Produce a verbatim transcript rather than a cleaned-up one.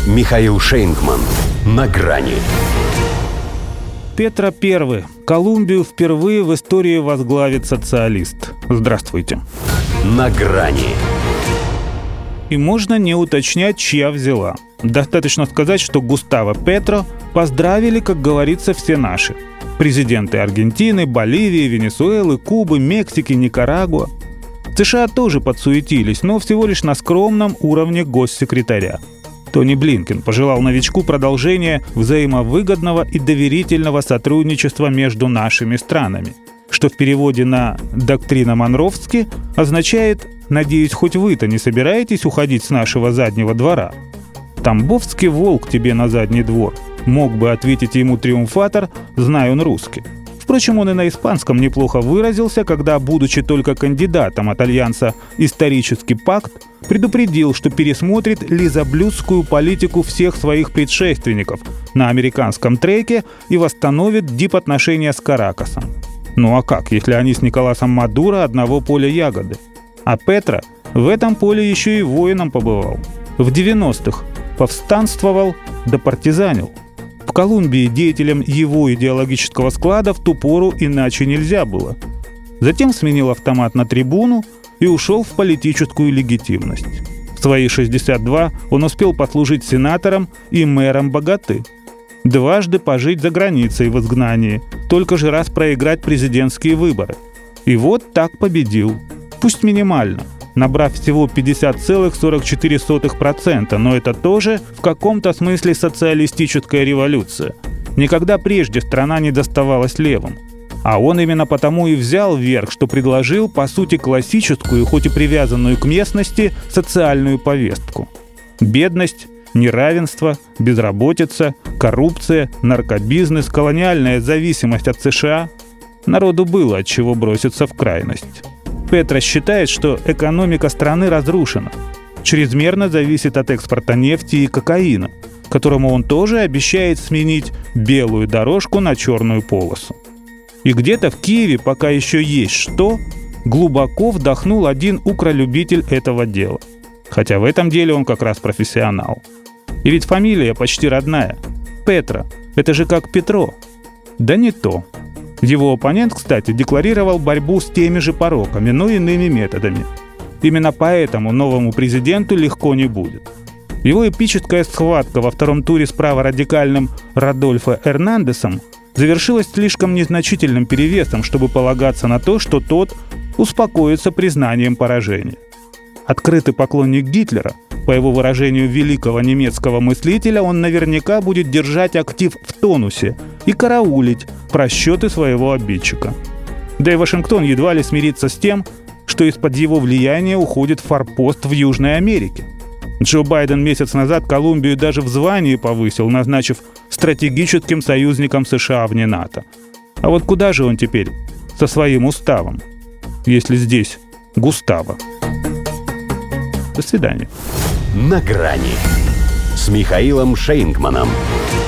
Михаил Шейнгман. На грани. Петра Первый. Колумбию впервые в истории возглавит социалист. Здравствуйте. На грани. И можно не уточнять, чья взяла. Достаточно сказать, что Густаво Петро поздравили, как говорится, все наши. Президенты Аргентины, Боливии, Венесуэлы, Кубы, Мексики, Никарагуа. США тоже подсуетились, но всего лишь на скромном уровне госсекретаря. Тони Блинкен пожелал новичку продолжения взаимовыгодного и доверительного сотрудничества между нашими странами, что в переводе на «доктрина Монровски» означает «надеюсь, хоть вы-то не собираетесь уходить с нашего заднего двора». «Тамбовский волк тебе на задний двор», мог бы ответить ему триумфатор, зная он русский. Впрочем, он и на испанском неплохо выразился, когда, будучи только кандидатом от альянса «Исторический пакт», предупредил, что пересмотрит лизоблюдскую политику всех своих предшественников на американском треке и восстановит дипотношения с Каракасом. Ну а как, если они с Николасом Мадуро одного поля ягоды? А Петро в этом поле еще и воином побывал. В девяностых повстанствовал да партизанил. В Колумбии деятелям его идеологического склада в ту пору иначе нельзя было. Затем сменил автомат на трибуну и ушел в политическую легитимность. В свои шестьдесят два он успел послужить сенатором и мэром Боготы. Дважды пожить за границей в изгнании, только же раз проиграть президентские выборы. И вот так победил. Пусть минимально, набрав всего пятьдесят целых сорок четыре сотых процента, но это тоже в каком-то смысле социалистическая революция. Никогда прежде страна не доставалась левым. А он именно потому и взял верх, что предложил, по сути, классическую, хоть и привязанную к местности, социальную повестку. Бедность, неравенство, безработица, коррупция, наркобизнес, колониальная зависимость от США. Народу было от чего броситься в крайность. Петро считает, что экономика страны разрушена, чрезмерно зависит от экспорта нефти и кокаина, которому он тоже обещает сменить белую дорожку на черную полосу. И где-то в Киеве, пока еще есть что, глубоко вдохнул один укролюбитель этого дела. Хотя в этом деле он как раз профессионал. И ведь фамилия почти родная. Петро. Это же как Петро. Да не то. Его оппонент, кстати, декларировал борьбу с теми же пороками, но иными методами. Именно поэтому новому президенту легко не будет. Его эпическая схватка во втором туре с праворадикальным Родольфо Эрнандесом завершилась слишком незначительным перевесом, чтобы полагаться на то, что тот успокоится признанием поражения. Открытый поклонник Гитлера, по его выражению великого немецкого мыслителя, он наверняка будет держать актив в тонусе и караулить просчеты своего обидчика. Да и Вашингтон едва ли смирится с тем, что из-под его влияния уходит форпост в Южной Америке. Джо Байден месяц назад Колумбию даже в звании повысил, назначив стратегическим союзником США вне НАТО. А вот куда же он теперь со своим уставом, если здесь Густаво? До свидания. На грани с Михаилом Шейнгманом.